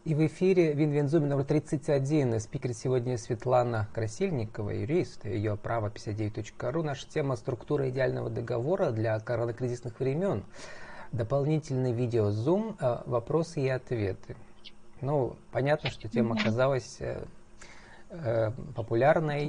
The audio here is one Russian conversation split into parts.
И в эфире Винвинзум номер 31. Спикер сегодня Светлана Красильникова, юрист, ее право 59.ru. Наша тема — структура идеального договора для коронакризисных времен. Дополнительный видео Zoom, вопросы и ответы. Ну, понятно, что тема оказалась популярной,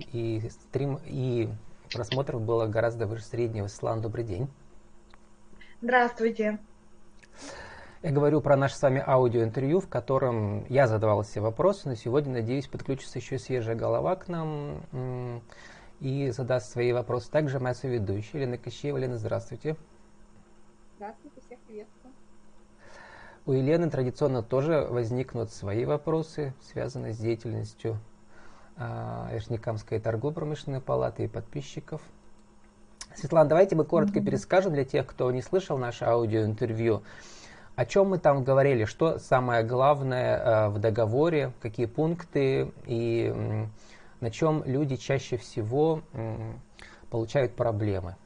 и просмотров было гораздо выше среднего. Светлана, добрый день. Здравствуйте. Я говорю про наше с вами аудиоинтервью, в котором я задавал все вопросы, но сегодня, надеюсь, подключится еще свежая голова к нам и задаст свои вопросы. Также моя соведущая Елена Кощеева. Елена, здравствуйте. Здравствуйте, всех приветствую. У Елены традиционно тоже возникнут свои вопросы, связанные с деятельностью Ижнекамской торгово-промышленной палаты и подписчиков. Светлана, давайте мы коротко перескажем для тех, кто не слышал наше аудиоинтервью. О чем мы там говорили, что самое главное в договоре, какие пункты и на чем люди чаще всего получают проблемы?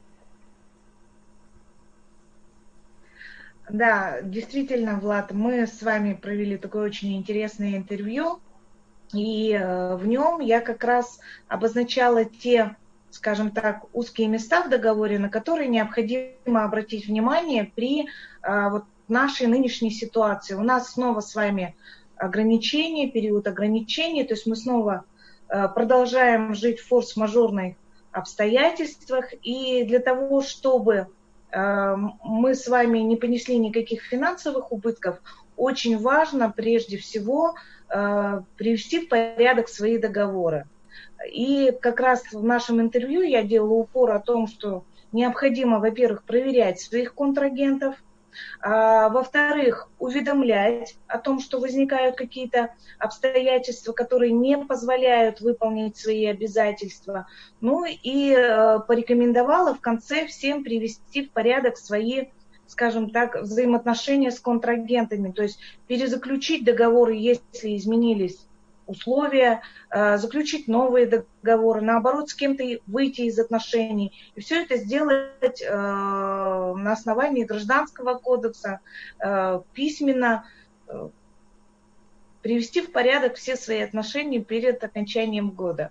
Да, действительно, Влад, мы с вами провели такое очень интересное интервью, и в нем я как раз обозначала те, скажем так, узкие места в договоре, на которые необходимо обратить внимание при нашей нынешней ситуации. У нас снова с вами ограничения, период ограничений, то есть мы снова продолжаем жить в форс-мажорных обстоятельствах, и для того, чтобы мы с вами не понесли никаких финансовых убытков, очень важно прежде всего привести в порядок свои договоры. И как раз в нашем интервью я делала упор о том, что необходимо, во-первых, проверять своих контрагентов, во-вторых, уведомлять о том, что возникают какие-то обстоятельства, которые не позволяют выполнить свои обязательства. Ну и порекомендовала в конце всем привести в порядок свои, скажем так, взаимоотношения с контрагентами, то есть перезаключить договоры, если изменились условия, заключить новые договоры, наоборот, с кем-то выйти из отношений. И все это сделать на основании Гражданского кодекса, письменно, привести в порядок все свои отношения перед окончанием года.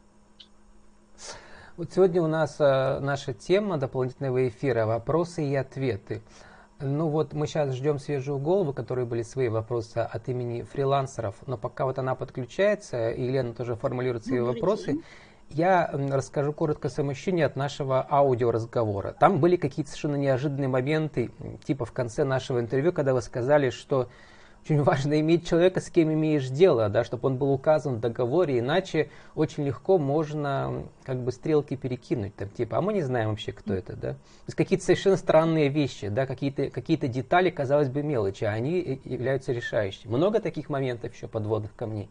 Вот сегодня у нас наша тема дополнительного эфира — вопросы и ответы. Ну вот мы сейчас ждем свежую голову, которые были свои вопросы от имени фрилансеров, но пока вот она подключается, и Елена тоже формулирует свои вопросы, я расскажу коротко свои ощущения от нашего аудиоразговора. Там были какие-то совершенно неожиданные моменты, типа в конце нашего интервью, когда вы сказали, что очень важно иметь человека, с кем имеешь дело, да, чтобы он был указан в договоре, иначе очень легко можно как бы стрелки перекинуть, там, типа, а мы не знаем вообще, кто это, да. То есть какие-то совершенно странные вещи, да, какие-то детали, казалось бы, мелочи, а они являются решающими. Много таких моментов еще, подводных камней?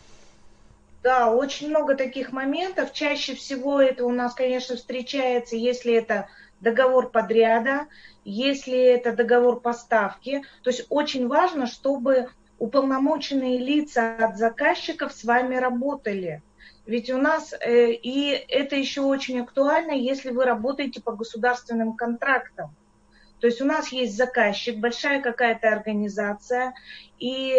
Да, очень много таких моментов. Чаще всего это у нас, конечно, встречается, если это договор подряда, если это договор поставки. То есть очень важно, чтобы уполномоченные лица от заказчиков с вами работали. Ведь у нас, и это еще очень актуально, если вы работаете по государственным контрактам. То есть у нас есть заказчик, большая какая-то организация, и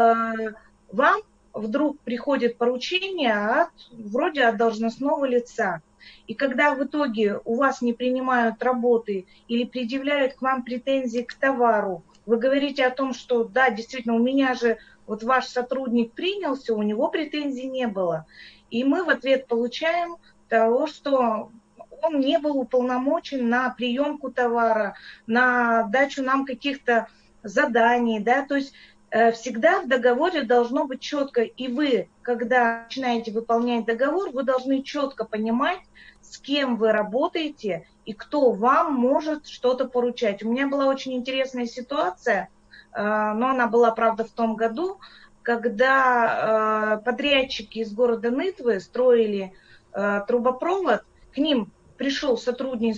вам вдруг приходит поручение вроде от должностного лица. И когда в итоге у вас не принимают работы или предъявляют к вам претензии к товару, вы говорите о том, что да, действительно, у меня же вот ваш сотрудник принялся, у него претензий не было. И мы в ответ получаем того, что он не был уполномочен на приемку товара, на дачу нам каких-то заданий, да, то есть всегда в договоре должно быть четко, и вы, когда начинаете выполнять договор, вы должны четко понимать, с кем вы работаете и кто вам может что-то поручать. У меня была очень интересная ситуация, но она была, правда, в том году, когда подрядчики из города Нытвы строили трубопровод, к ним пришел сотрудник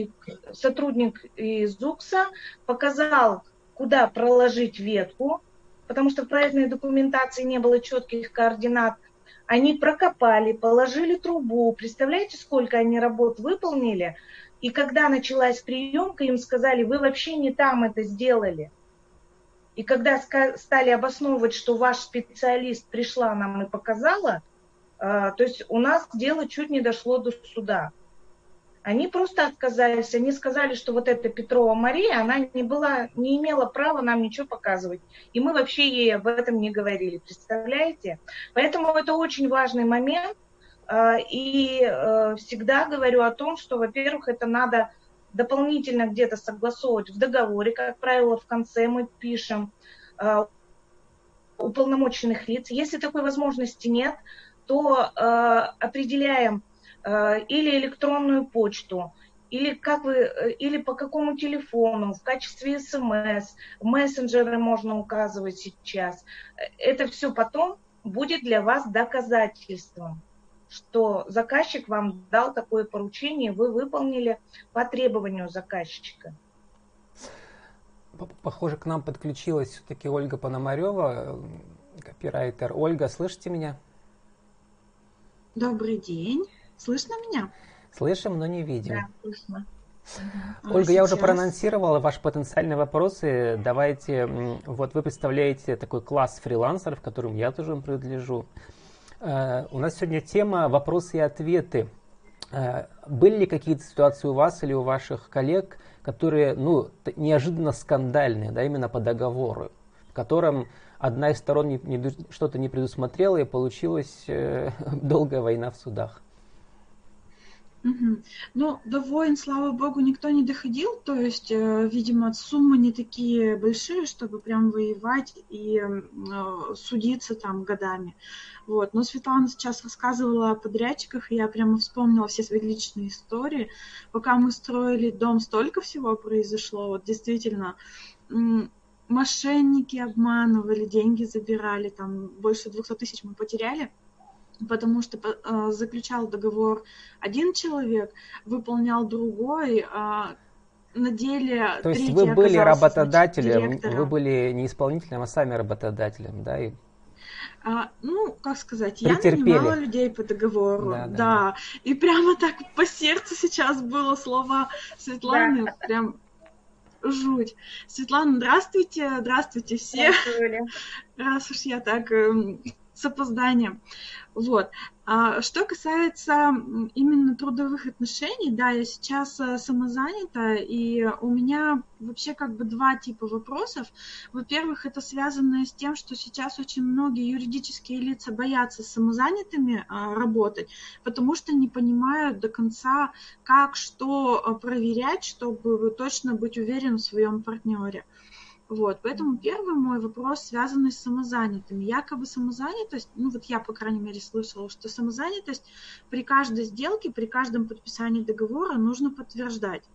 из ЗУГСа, показал, куда проложить ветку, потому что в проектной документации не было четких координат. Они прокопали, положили трубу. Представляете, сколько они работ выполнили? И когда началась приемка, им сказали, вы вообще не там это сделали. И когда стали обосновывать, что ваш специалист пришла нам и показала, то есть у нас дело чуть не дошло до суда. Они просто отказались, они сказали, что вот эта Петрова Мария, она не имела права нам ничего показывать. И мы вообще ей об этом не говорили, представляете? Поэтому это очень важный момент. И всегда говорю о том, что, во-первых, это надо дополнительно где-то согласовывать в договоре, как правило, в конце мы пишем уполномоченных лиц. Если такой возможности нет, то определяем или электронную почту, или или по какому телефону, в качестве СМС, мессенджеры можно указывать сейчас. Это все потом будет для вас доказательством, что заказчик вам дал такое поручение, вы выполнили по требованию заказчика. Похоже, к нам подключилась все-таки Ольга Пономарева, копирайтер. Ольга, слышите меня? Добрый день. Слышно меня? Слышим, но не видим. Да, слышно. Ольга, я уже проанонсировала ваши потенциальные вопросы. Давайте, вот вы представляете такой класс фрилансеров, которым я тоже принадлежу. У нас сегодня тема «Вопросы и ответы». Были ли какие-то ситуации у вас или у ваших коллег, которые неожиданно скандальные, да, именно по договору, в котором одна из сторон что-то не предусмотрела и получилась долгая война в судах? Ну, до войн, слава богу, никто не доходил, то есть, видимо, суммы не такие большие, чтобы прям воевать и судиться там годами. Вот. Но Светлана сейчас рассказывала о подрядчиках, и я прямо вспомнила все свои личные истории. Пока мы строили дом, столько всего произошло, вот действительно. Мошенники обманывали, деньги забирали, там больше 200 тысяч мы потеряли, потому что заключал договор один человек, выполнял другой, на деле то есть третий вы были работодателем, директором. вы были не исполнителем, а сами работодателем, да? Ну, как сказать, претерпели. Я нанимала людей по договору, да. И прямо так по сердцу сейчас было слова Светланы, да. Прям жуть. Светлана, здравствуйте, здравствуйте все. Раз уж я так с опозданием. Вот. Что касается именно трудовых отношений, да, я сейчас самозанята, и у меня вообще как бы два типа вопросов. Во-первых, это связано с тем, что сейчас очень многие юридические лица боятся с самозанятыми работать, потому что не понимают до конца, как что проверять, чтобы точно быть уверенным в своем партнере. Вот, поэтому первый мой вопрос связан с самозанятыми. Якобы самозанятость, ну вот я, по крайней мере, слышала, что самозанятость при каждой сделке, при каждом подписании договора нужно подтверждать.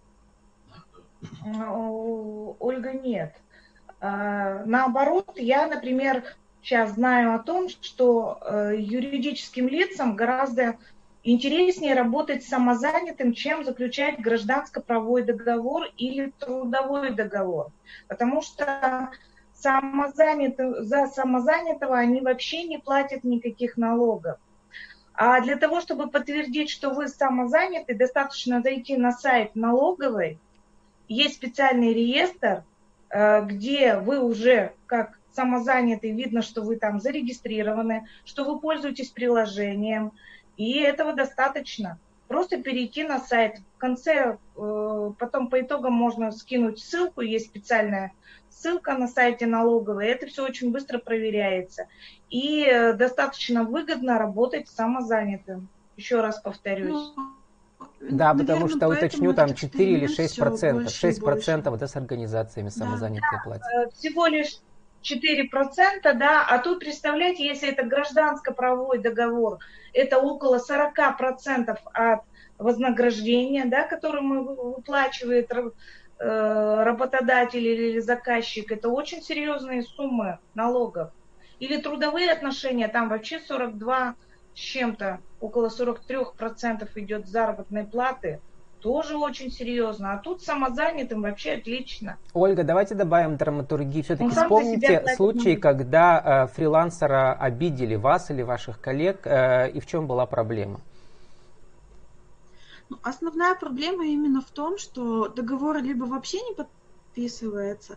Ольга, нет. Наоборот, я, например, сейчас знаю о том, что юридическим лицам гораздо интереснее работать самозанятым, чем заключать гражданско-правовой договор или трудовой договор. Потому что за самозанятого они вообще не платят никаких налогов. А для того, чтобы подтвердить, что вы самозаняты, достаточно зайти на сайт налоговой. Есть специальный реестр, где вы уже как самозанятый, видно, что вы там зарегистрированы, что вы пользуетесь приложением. И этого достаточно. Просто перейти на сайт. В конце, потом по итогам можно скинуть ссылку, есть специальная ссылка на сайте налоговой. Это все очень быстро проверяется. И достаточно выгодно работать самозанятым. Еще раз повторюсь. Да, потому что, уточню, там 4 или 6%. 6% это с организациями самозанятые платят. Всего лишь 4%, да, а тут, представляете, если это гражданско-правовой договор, это около 40% от вознаграждения, да, которое выплачивает работодатель или заказчик, это очень серьезные суммы налогов. Или трудовые отношения, там вообще 42 с чем-то, около 43% идет заработной платы. Тоже очень серьезно. А тут самозанятым вообще отлично. Ольга, давайте добавим драматургии. Все-таки вспомните случаи, когда фрилансера обидели вас или ваших коллег, и в чем была проблема? Основная проблема именно в том, что договор либо вообще подписывается,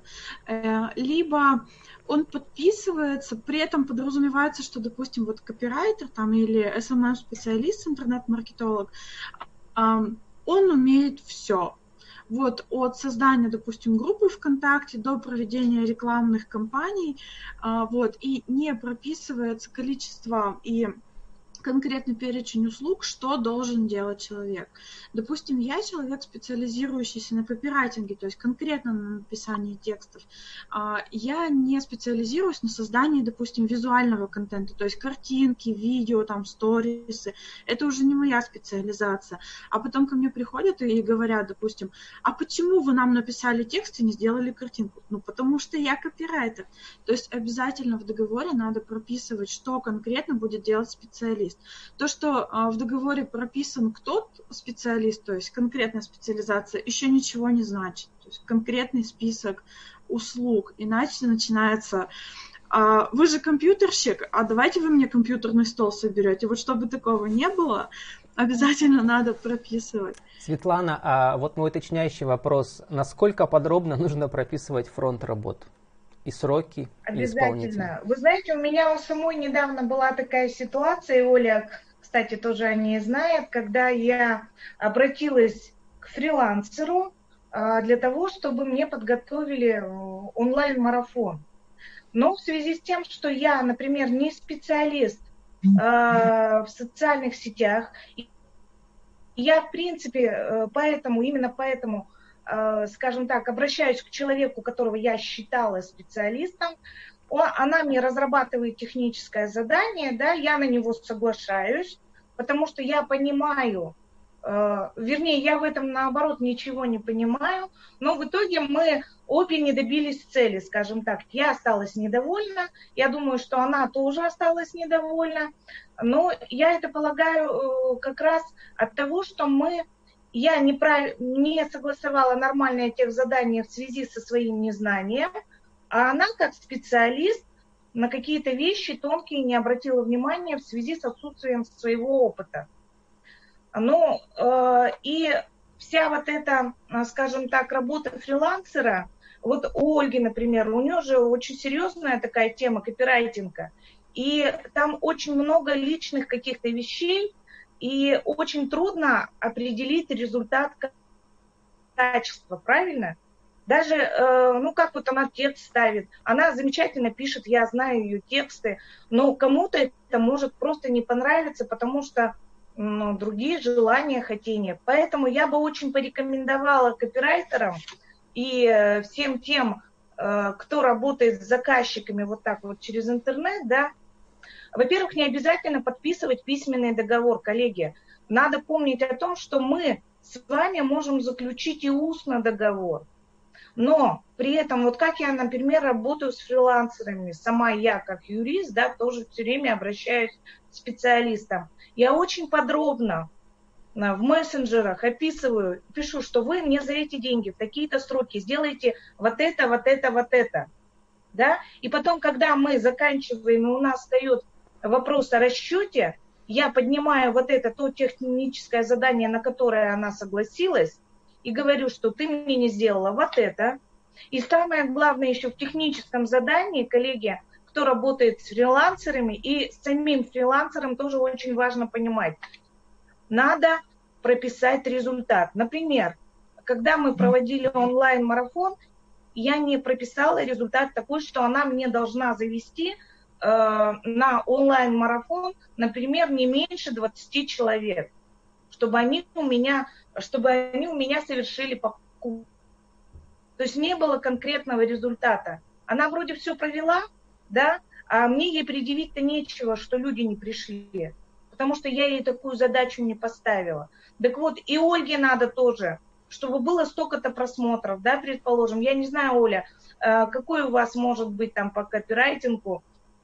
либо он подписывается, при этом подразумевается, что, допустим, вот копирайтер там или SMM-специалист, интернет-маркетолог, он умеет все. Вот от создания, допустим, группы ВКонтакте до проведения рекламных кампаний, вот, и не прописывается количество и конкретный перечень услуг, что должен делать человек. Допустим, я человек, специализирующийся на копирайтинге, то есть конкретно на написании текстов. Я не специализируюсь на создании, допустим, визуального контента, то есть картинки, видео, там, сторисы. Это уже не моя специализация. А потом ко мне приходят и говорят, допустим, а почему вы нам написали текст и не сделали картинку? Ну, потому что я копирайтер. То есть обязательно в договоре надо прописывать, что конкретно будет делать специалист. То, что в договоре прописан кто специалист, то есть конкретная специализация, еще ничего не значит. То есть конкретный список услуг. Иначе начинается: вы же компьютерщик, а давайте вы мне компьютерный стол соберете. Вот чтобы такого не было, обязательно надо прописывать. Светлана, а вот мой уточняющий вопрос. Насколько подробно нужно прописывать фронт работ? И сроки, обязательно. Вы знаете, у меня у самой недавно была такая ситуация, и Оля, кстати, тоже о ней знает, когда я обратилась к фрилансеру для того, чтобы мне подготовили онлайн-марафон. Но в связи с тем, что я, например, не специалист в социальных сетях, я, в принципе, именно поэтому, скажем так, обращаюсь к человеку, которого я считала специалистом, она мне разрабатывает техническое задание, да, я на него соглашаюсь, потому что я понимаю, вернее, я в этом, наоборот, ничего не понимаю, но в итоге мы обе не добились цели, скажем так. Я осталась недовольна, я думаю, что она тоже осталась недовольна, но я это полагаю как раз от того, что я не согласовала нормальное техзадание в связи со своим незнанием, а она, как специалист, на какие-то вещи тонкие не обратила внимания в связи с отсутствием своего опыта. Ну, и вся вот эта, скажем так, работа фрилансера, вот у Ольги, например, у нее же очень серьезная такая тема копирайтинга, и там очень много личных каких-то вещей, и очень трудно определить результат качества, правильно? Даже, как вот она текст ставит, она замечательно пишет, я знаю ее тексты, но кому-то это может просто не понравиться, потому что другие желания, хотения. Поэтому я бы очень порекомендовала копирайтерам и всем тем, кто работает с заказчиками вот так вот через интернет, да, во-первых, не обязательно подписывать письменный договор, коллеги. Надо помнить о том, что мы с вами можем заключить и устно договор. Но при этом, вот как я, например, работаю с фрилансерами, сама я как юрист, да, тоже все время обращаюсь к специалистам. Я очень подробно в мессенджерах описываю, пишу, что вы мне за эти деньги в такие-то сроки сделаете вот это, вот это, вот это. Да? И потом, когда мы заканчиваем, и у нас встает вопрос о расчете, я поднимаю вот это то техническое задание, на которое она согласилась, и говорю, что ты мне не сделала вот это. И самое главное еще в техническом задании, коллеги, кто работает с фрилансерами, и с самим фрилансером тоже очень важно понимать, надо прописать результат. Например, когда мы проводили онлайн-марафон, я не прописала результат такой, что она мне должна завести на онлайн-марафон, например, не меньше 20 человек, чтобы они у меня совершили покупку. То есть не было конкретного результата. Она вроде все провела, да, а мне ей предъявить-то нечего, что люди не пришли, потому что я ей такую задачу не поставила. Так вот, и Ольге надо тоже, чтобы было столько-то просмотров, да, предположим. Я не знаю, Оля, какой у вас может быть там по копирайтингу,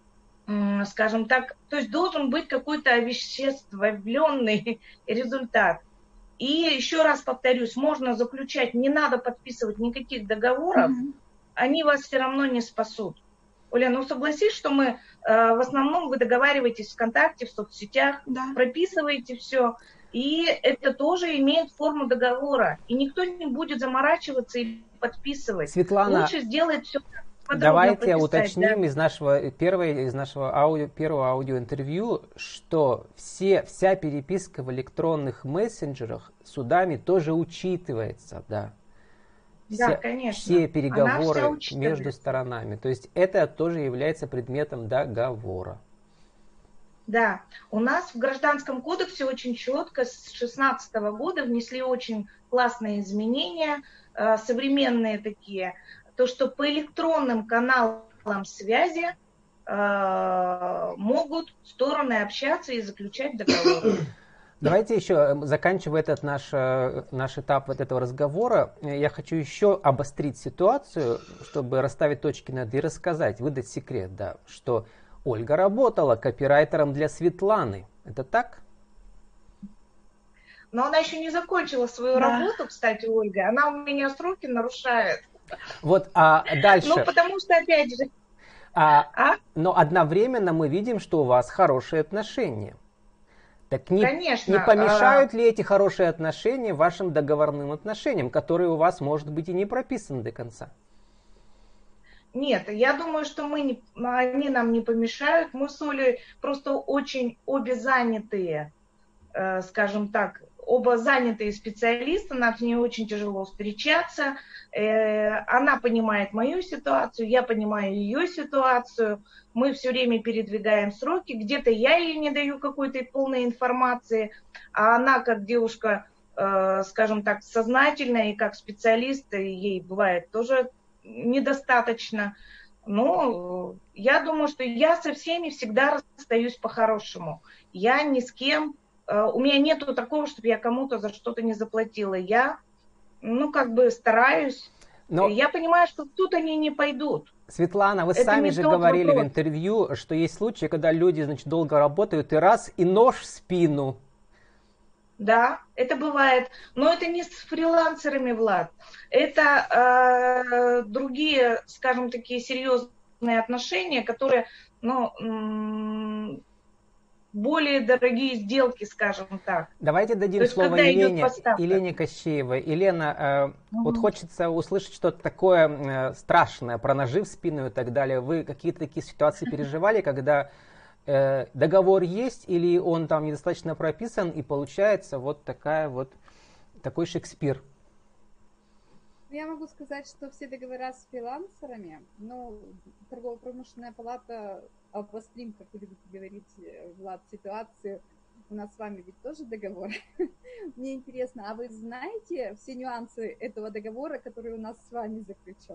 скажем так, то есть должен быть какой-то овеществленный результат. И еще раз повторюсь, можно заключать, не надо подписывать никаких договоров, они вас все равно не спасут. Оля, ну согласись, что в основном вы договариваетесь ВКонтакте, в соцсетях, да, прописываете все. И это тоже имеет форму договора. И никто не будет заморачиваться и подписывать. Светлана, лучше сделать все подробно, давайте прописать, уточним да? из нашего первого аудиоинтервью, что вся переписка в электронных мессенджерах судами тоже учитывается, да. Да, конечно. Все переговоры вся между сторонами. То есть это тоже является предметом договора. Да, у нас в Гражданском кодексе очень четко с 2016 года внесли очень классные изменения, современные такие, то, что по электронным каналам связи могут стороны общаться и заключать договор. Давайте еще, заканчивая этот наш этап вот этого разговора, я хочу еще обострить ситуацию, чтобы расставить точки над «и» и рассказать, выдать секрет, да, что Ольга работала копирайтером для Светланы. Это так? Но она еще не закончила свою работу, кстати, Ольга. Она у меня сроки нарушает. Вот, а дальше? Ну, потому что, опять же... Но одновременно мы видим, что у вас хорошие отношения. Так Конечно, не помешают ли эти хорошие отношения вашим договорным отношениям, которые у вас, может быть, и не прописаны до конца? Нет, я думаю, что они нам не помешают. Мы с Олей просто очень обе занятые, скажем так, оба занятые специалисты, нам с ней очень тяжело встречаться. Она понимает мою ситуацию, я понимаю ее ситуацию. Мы все время передвигаем сроки. Где-то я ей не даю какой-то полной информации, а она, как девушка, скажем так, сознательная и как специалист, ей бывает тоже недостаточно. Но я думаю, что я со всеми всегда расстаюсь по-хорошему. Я ни с кем... У меня нету такого, чтобы я кому-то за что-то не заплатила. Я, стараюсь. Но я понимаю, что тут они не пойдут. Светлана, вы сами же говорили в интервью, что есть случаи, когда люди, долго работают, и нож в спину. Да, это бывает. Но это не с фрилансерами, Влад. Это другие, скажем, такие серьезные отношения, которые, более дорогие сделки, скажем так. Давайте дадим слово Елене Кощеевой. Елена, вот хочется услышать что-то такое страшное про ножи в спину и так далее. Вы какие-то такие ситуации переживали, когда договор есть или он там недостаточно прописан и получается такой Шекспир? Я могу сказать, что все договора с фрилансерами, торгово-промышленная палата, обострим, как вы любите говорить, Влад, ситуацию, у нас с вами ведь тоже договор. Мне интересно, а вы знаете все нюансы этого договора, который у нас с вами заключен?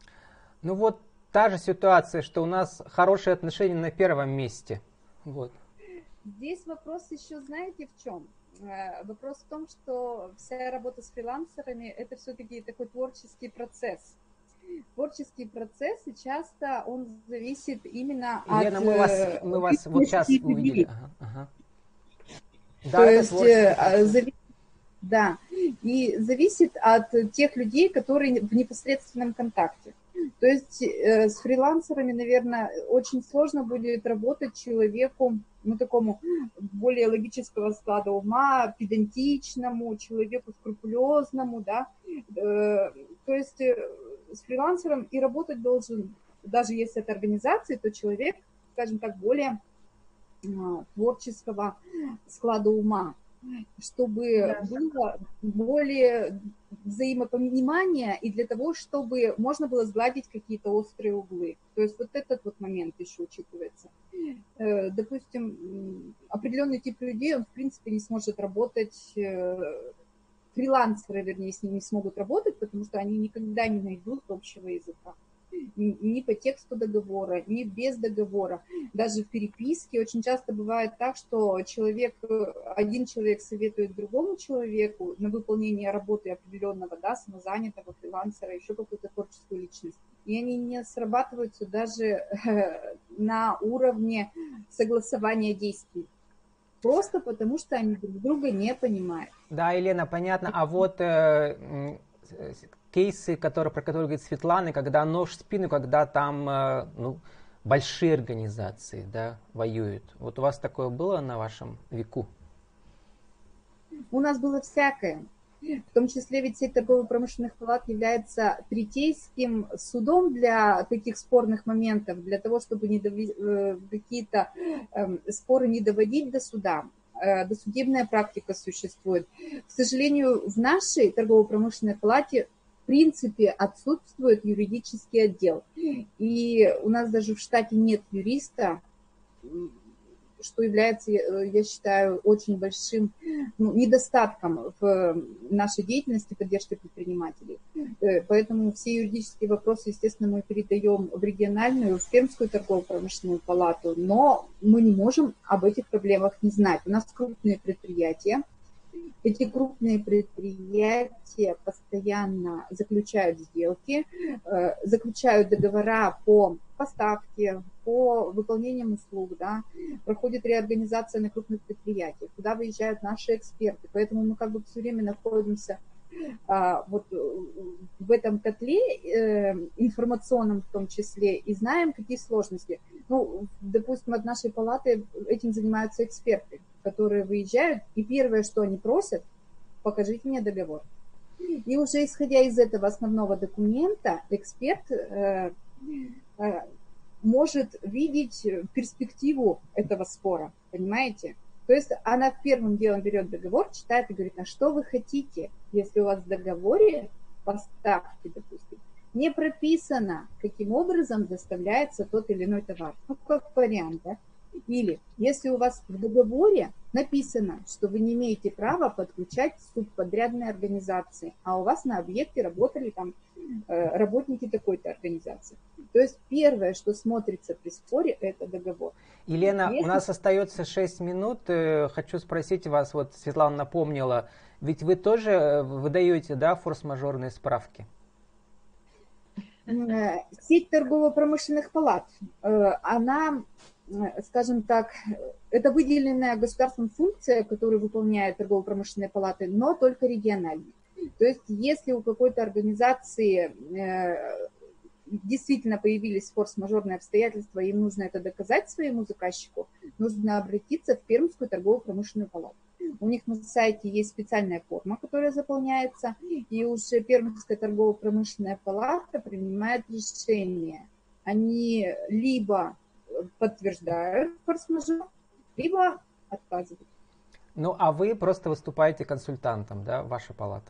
Та же ситуация, что у нас хорошие отношения на первом месте. Вот. Здесь вопрос еще, знаете, в чем? Вопрос в том, что вся работа с фрилансерами – это все-таки такой творческий процесс. Творческий процесс, и часто он зависит именно Елена, от... мы вас вот сейчас увидели. То есть, да, и зависит от тех людей, которые в непосредственном контакте. То есть с фрилансерами, наверное, очень сложно будет работать человеку, такому более логического склада ума, педантичному, человеку скрупулезному, да. То есть с фрилансером и работать должен, даже если это организация, то человек, скажем так, более творческого склада ума, чтобы было более взаимопонимание и для того, чтобы можно было сгладить какие-то острые углы. То есть вот этот вот момент еще учитывается. Допустим, определенный тип людей, он в принципе не сможет работать, фрилансеры, вернее, с ними не смогут работать, потому что они никогда не найдут общего языка. Ни по тексту договора, ни без договора. Даже в переписке очень часто бывает так, что один человек советует другому человеку на выполнение работы определенного, самозанятого фрилансера, еще какую-то творческую личность. И они не срабатываются даже на уровне согласования действий. Просто потому, что они друг друга не понимают. Да, Елена, понятно. А вот кейсы, про которые говорит Светлана, когда нож в спину, когда там большие организации, да, воюют. Вот у вас такое было на вашем веку? У нас было всякое. В том числе ведь сеть торгово-промышленных палат является третейским судом для таких спорных моментов, для того, чтобы какие-то споры не доводить до суда. Досудебная практика существует. К сожалению, в нашей торгово-промышленной палате в принципе отсутствует юридический отдел. И у нас даже в штате нет юриста, что является, я считаю, очень большим недостатком в нашей деятельности поддержки предпринимателей. Поэтому все юридические вопросы, естественно, мы передаем в региональную, в Пермскую торгово-промышленную палату, но мы не можем об этих проблемах не знать. У нас крупные предприятия. Эти крупные предприятия постоянно заключают сделки, заключают договора по поставке, по выполнениям услуг, да, проходит реорганизация на крупных предприятиях, куда выезжают наши эксперты. Поэтому мы как бы все время находимся вот в этом котле информационном в том числе и знаем, какие сложности. Ну, допустим, от нашей палаты этим занимаются эксперты, которые выезжают, и первое, что они просят, покажите мне договор. И уже исходя из этого основного документа, эксперт может видеть перспективу этого спора, понимаете? То есть она первым делом берет договор, читает и говорит, а что вы хотите, если у вас в договоре поставки, допустим, не прописано, каким образом доставляется тот или иной товар. Ну, как вариант, да? Или если у вас в договоре написано, что вы не имеете права подключать субподрядные организации, а у вас на объекте работали там работники такой-то организации. То есть первое, что смотрится при споре, это договор. Елена, у нас остается 6 минут. Хочу спросить вас, вот Светлана напомнила, ведь вы тоже выдаете, да, форс-мажорные справки? Сеть торгово-промышленных палат, она, скажем так, это выделенная государством функция, которую выполняют торгово-промышленные палаты, но только региональные. То есть если у какой-то организации действительно появились форс-мажорные обстоятельства, и им нужно это доказать своему заказчику, нужно обратиться в Пермскую торгово-промышленную палату. У них на сайте есть специальная форма, которая заполняется, и уже Пермская торгово-промышленная палата принимает решение. Они либо подтверждают форс-мажор, либо отказывают. Ну, а вы просто выступаете консультантом, да, ваша палата?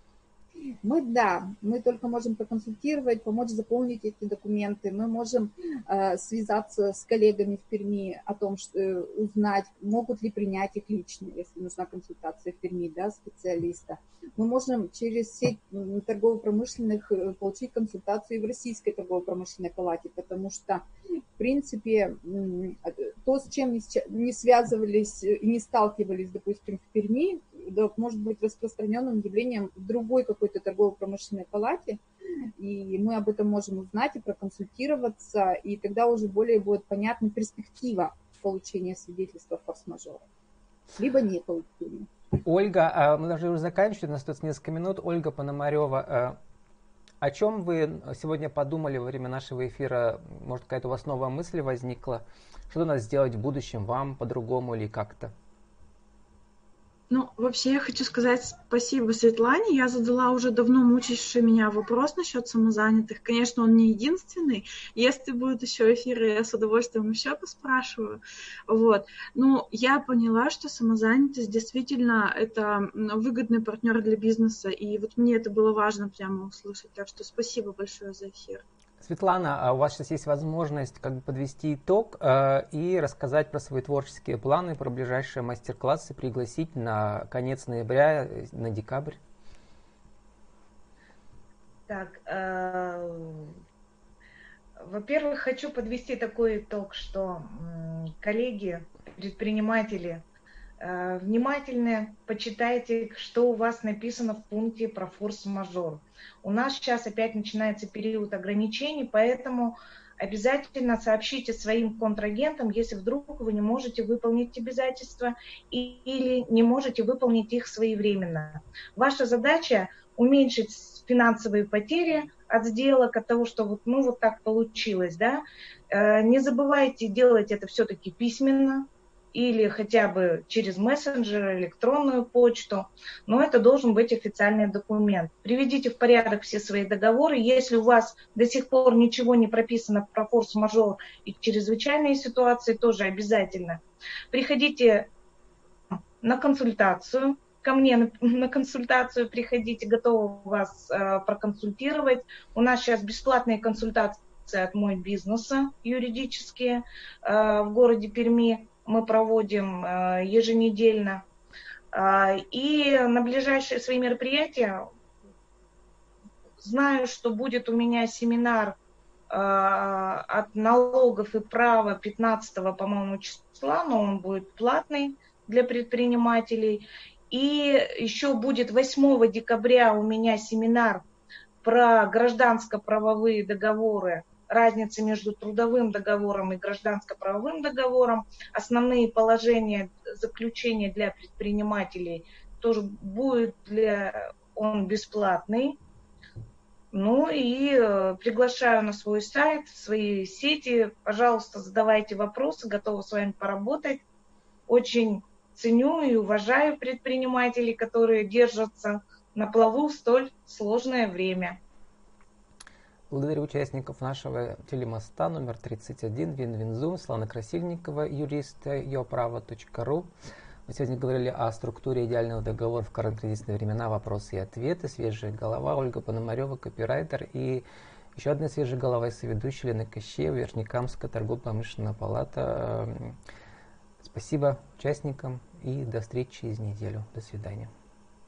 Мы только можем проконсультировать, помочь заполнить эти документы. Мы можем связаться с коллегами в Перми о том, что узнать, могут ли принять их лично, если нужна консультация в Перми, да, специалиста. Мы можем через сеть торгово-промышленных получить консультацию и в Российской торгово-промышленной палате, потому что, в принципе, то, с чем не связывались и не сталкивались, допустим, в Перми, да, может быть распространенным явлением в другой какой-то торгово-промышленной палате, и мы об этом можем узнать и проконсультироваться, и тогда уже более будет понятна перспектива получения свидетельства форс-мажора, либо не получения. Ольга, мы должны уже заканчивать, у нас остается несколько минут. Ольга Пономарева, о чем вы сегодня подумали во время нашего эфира? Может, какая-то у вас новая мысль возникла? Что надо сделать в будущем вам по-другому или как-то? Ну, вообще я хочу сказать спасибо Светлане. Я задала уже давно мучивший меня вопрос насчет самозанятых. Конечно, он не единственный. Если будут еще эфиры, я с удовольствием еще поспрашиваю. Вот. Но я поняла, что самозанятость действительно это выгодный партнер для бизнеса. И вот мне это было важно прямо услышать. Так что спасибо большое за эфир. Светлана, а у вас сейчас есть возможность как бы подвести итог и рассказать про свои творческие планы, про ближайшие мастер-классы, пригласить на конец ноября, на декабрь. Так, во-первых, хочу подвести такой итог, что коллеги, предприниматели, внимательно почитайте, что у вас написано в пункте про форс-мажор. У нас сейчас опять начинается период ограничений, поэтому обязательно сообщите своим контрагентам, если вдруг вы не можете выполнить обязательства или не можете выполнить их своевременно. Ваша задача уменьшить финансовые потери от сделок, от того, что вот так получилось. Да? Не забывайте делать это все-таки письменно. или хотя бы через мессенджер, электронную почту, но это должен быть официальный документ. Приведите в порядок все свои договоры. Если у вас до сих пор ничего не прописано про форс-мажор и чрезвычайные ситуации, тоже обязательно приходите на консультацию. Ко мне на консультацию приходите, готова вас проконсультировать. У нас сейчас бесплатные консультации от Мой Бизнеса юридические в городе Перми. Мы проводим еженедельно. И на ближайшие свои мероприятия знаю, что будет у меня семинар от налогов и права 15, по-моему, числа, но он будет платный для предпринимателей. И еще будет 8 декабря у меня семинар про гражданско-правовые договоры, разница между трудовым договором и гражданско-правовым договором, основные положения заключения для предпринимателей, тоже будет он бесплатный. Ну и приглашаю на свой сайт, в свои сети. Пожалуйста, задавайте вопросы, готова с вами поработать. Очень ценю и уважаю предпринимателей, которые держатся на плаву в столь сложное время. Благодарю участников нашего телемоста номер 31 Винвинзум, Светлана Красильникова, юрист yopravo.ru. Мы сегодня говорили о структуре идеального договора в коронакризисные времена, вопросы и ответы. Свежая голова Ольга Пономарева, копирайтер, и еще одна свежая голова и соведущая Лена Кощеева, Верхнекамская торгово-промышленная палата. Спасибо участникам и до встречи через неделю. До свидания.